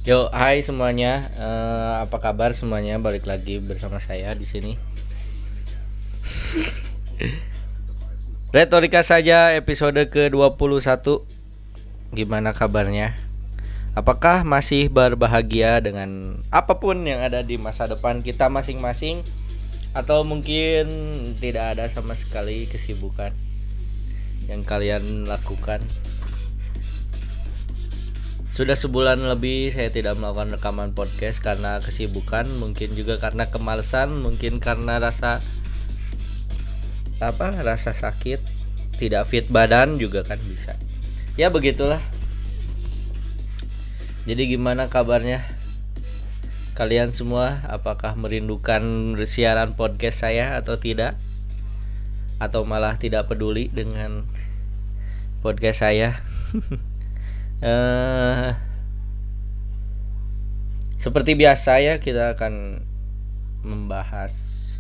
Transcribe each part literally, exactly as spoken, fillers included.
Yo, hai semuanya. Eh, apa kabar semuanya? Balik lagi bersama saya di sini. Retorika saja episode ke dua puluh satu. Gimana kabarnya? Apakah masih berbahagia dengan apapun yang ada di masa depan kita masing-masing, atau mungkin tidak ada sama sekali kesibukan yang kalian lakukan? Sudah sebulan lebih saya tidak melakukan rekaman podcast karena kesibukan, mungkin juga karena kemalasan, mungkin karena rasa apa rasa sakit, tidak fit badan juga kan bisa. Ya begitulah. Jadi gimana kabarnya kalian semua? Apakah merindukan siaran podcast saya atau tidak? Atau malah tidak peduli dengan podcast saya? eh Seperti biasa ya, kita akan membahas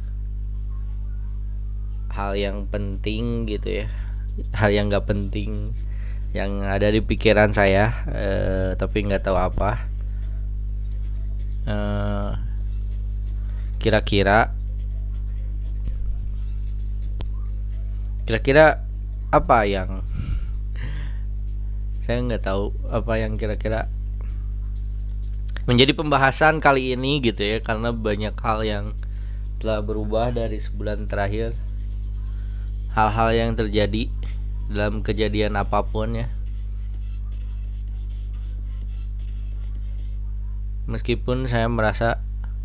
hal yang penting gitu ya, hal yang nggak penting yang ada di pikiran saya, eh, tapi nggak tahu apa. Eh, kira-kira, kira-kira apa yang saya nggak tahu apa yang kira-kira menjadi pembahasan kali ini gitu ya, karena banyak hal yang telah berubah dari sebulan terakhir. Hal-hal yang terjadi dalam kejadian apapun ya. Meskipun saya merasa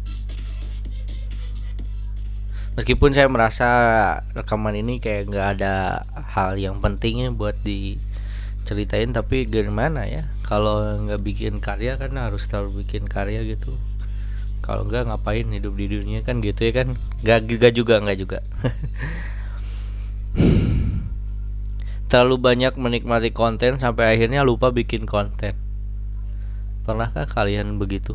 Meskipun saya merasa rekaman ini kayak nggak ada hal yang pentingnya buat diceritain, tapi gimana ya, kalau nggak bikin karya kan harus selalu bikin karya gitu. Kalau nggak ngapain hidup di dunia kan gitu ya kan. Nggak, nggak juga nggak juga. Terlalu banyak menikmati konten sampai akhirnya lupa bikin konten. Pernahkah kalian begitu?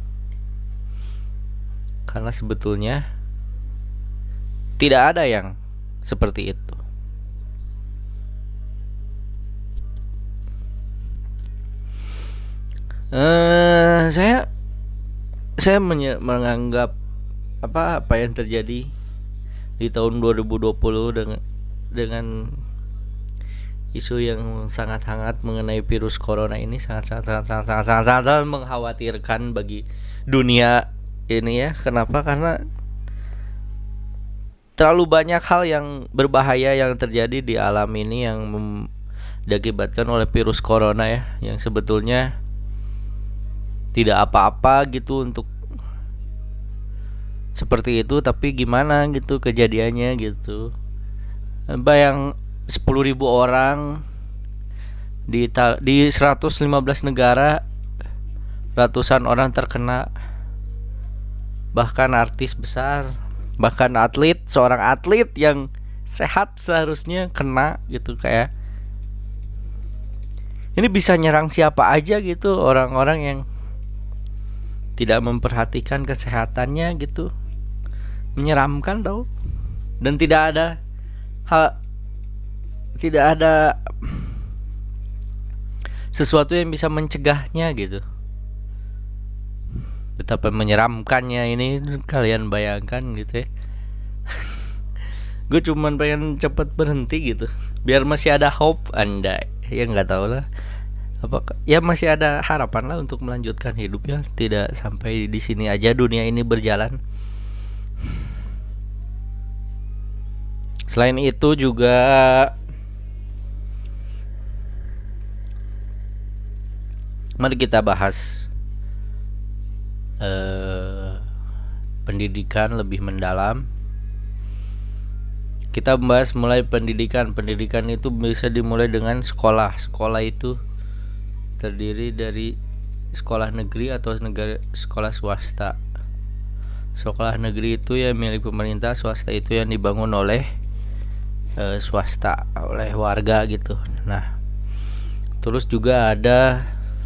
Karena sebetulnya tidak ada yang seperti itu. Eh, saya saya menye- menganggap apa apa yang terjadi di tahun dua ribu dua puluh dengan dengan isu yang sangat hangat mengenai virus corona ini sangat sangat sangat sangat sangat sangat, sangat, sangat mengkhawatirkan bagi dunia ini ya. Kenapa? Karena terlalu banyak hal yang berbahaya yang terjadi di alam ini yang mem- diakibatkan oleh virus corona ya, yang sebetulnya tidak apa-apa gitu untuk seperti itu, tapi gimana gitu kejadiannya gitu. Bayang sepuluh ribu orang di ta- di seratus lima belas negara, ratusan orang terkena, bahkan artis besar, bahkan atlet, seorang atlet yang sehat seharusnya kena gitu. Kayak ini bisa nyerang siapa aja gitu, orang-orang yang tidak memperhatikan kesehatannya gitu. Menyeramkan tau. Dan tidak ada hal, tidak ada sesuatu yang bisa mencegahnya gitu. Betapa menyeramkannya ini, kalian bayangkan gitu ya. Gue cuman pengen cepet berhenti gitu, biar masih ada hope anda ya, nggak tahu lah apa ya, masih ada harapan lah untuk melanjutkan hidupnya, tidak sampai di sini aja dunia ini berjalan. Selain itu juga mari kita bahas eh, pendidikan lebih mendalam. Kita membahas mulai pendidikan. Pendidikan itu bisa dimulai dengan sekolah. Sekolah itu terdiri dari sekolah negeri atau negara, sekolah swasta. Sekolah negeri itu yang milik pemerintah, swasta itu yang dibangun oleh e, swasta, oleh warga gitu. Nah, terus juga ada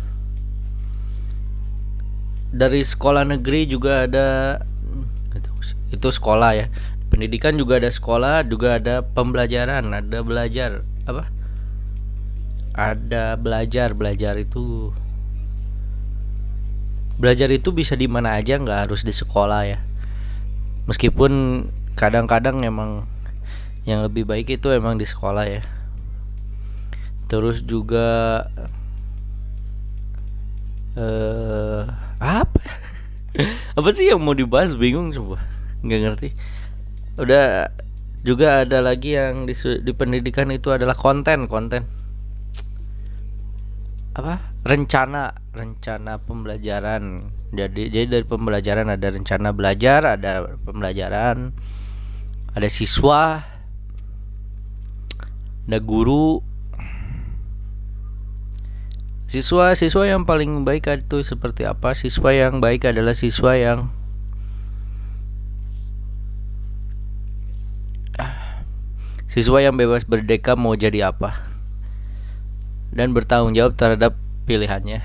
dari sekolah negeri juga ada, itu sekolah ya. Pendidikan juga ada sekolah, juga ada pembelajaran, ada belajar apa? Ada belajar, belajar itu Belajar itu bisa di mana aja, nggak harus di sekolah ya. Meskipun kadang-kadang emang yang lebih baik itu emang di sekolah ya. Terus juga eh apa? Apa sih yang mau dibahas? Bingung coba. Nggak ngerti. Udah juga ada lagi yang di, di pendidikan itu adalah konten, konten. Apa? Rencana, rencana pembelajaran. Jadi jadi dari pembelajaran ada rencana belajar, ada pembelajaran, ada siswa, ada guru. Siswa-siswa yang paling baik itu seperti apa? Siswa yang baik adalah siswa yang siswa yang bebas berdeka mau jadi apa dan bertanggung jawab terhadap pilihannya.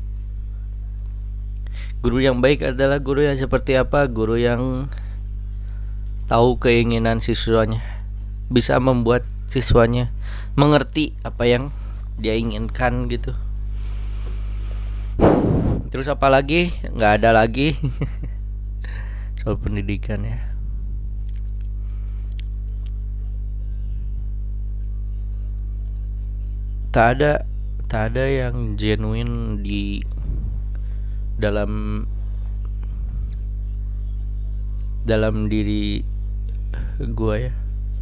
Guru yang baik adalah guru yang seperti apa? Guru yang tahu keinginan siswanya, bisa membuat siswanya mengerti apa yang dia inginkan gitu. Terus apa lagi? Nggak ada lagi soal pendidikan ya. Tak ada, tak ada yang genuine di dalam dalam diri gua ya.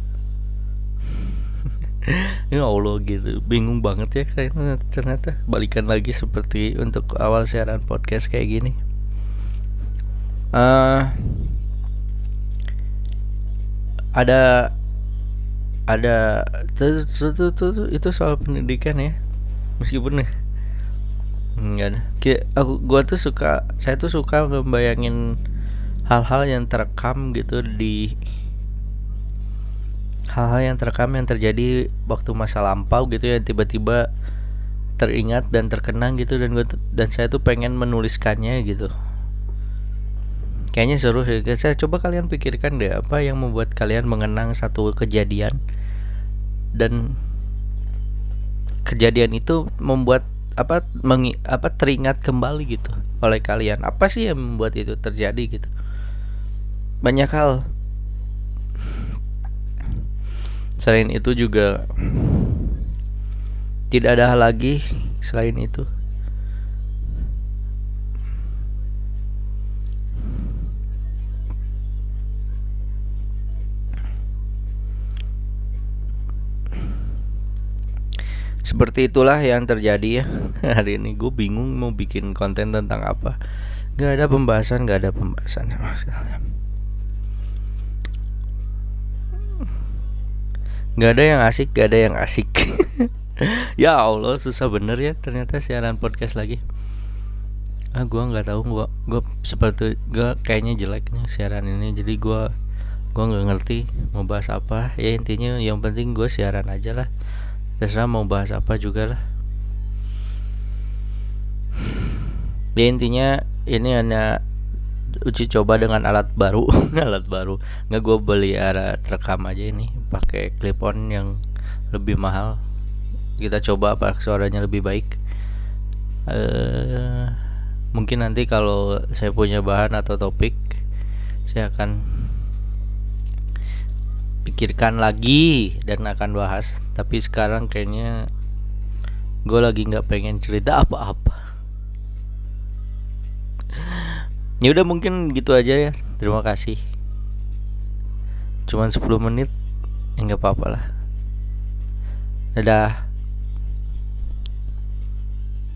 Ya Allah gitu, bingung banget ya kayaknya ternyata. Balikan lagi seperti untuk awal siaran podcast kayak gini. Uh, ada ada tuh, tuh, tuh, tuh, itu soal pendidikan ya. Meskipun nih enggak ada. Kayak aku gua tuh suka saya tuh suka ngebayangin hal-hal yang terekam gitu di hal-hal yang terekam yang terjadi waktu masa lampau gitu ya, tiba-tiba teringat dan terkenang gitu, dan gua dan saya tuh pengen menuliskannya gitu. Kayaknya seru sih. Saya coba kalian pikirkan deh, apa yang membuat kalian mengenang satu kejadian dan kejadian itu membuat apa mengi, apa teringat kembali gitu oleh kalian. Apa sih yang membuat itu terjadi gitu? Banyak hal. Selain itu juga tidak ada hal lagi selain itu. Seperti itulah yang terjadi ya. Hari ini gue bingung mau bikin konten tentang apa. Gak ada pembahasan, gak ada pembahasan sama sekali. Gak ada yang asik, gak ada yang asik. Ya Allah, susah bener ya ternyata siaran podcast lagi. Ah, gue nggak tahu, gue gue seperti gue kayaknya jelek nih siaran ini. Jadi gue gue nggak ngerti mau bahas apa. Ya intinya yang penting gue siaran aja lah. Terserah mau bahas apa juga lah. Ya intinya ini hanya uji coba dengan alat baru. Alat baru nggak, gue beli alat rekam aja ini pakai clip on yang lebih mahal. Kita coba apa suaranya lebih baik. uh, mungkin nanti kalau saya punya bahan atau topik, saya akan pikirkan lagi dan akan bahas. Tapi sekarang kayaknya gue lagi nggak pengen cerita apa-apa. Ya udah mungkin gitu aja ya. Terima kasih. Cuman sepuluh menit, ya nggak apa-apa lah. Dadah.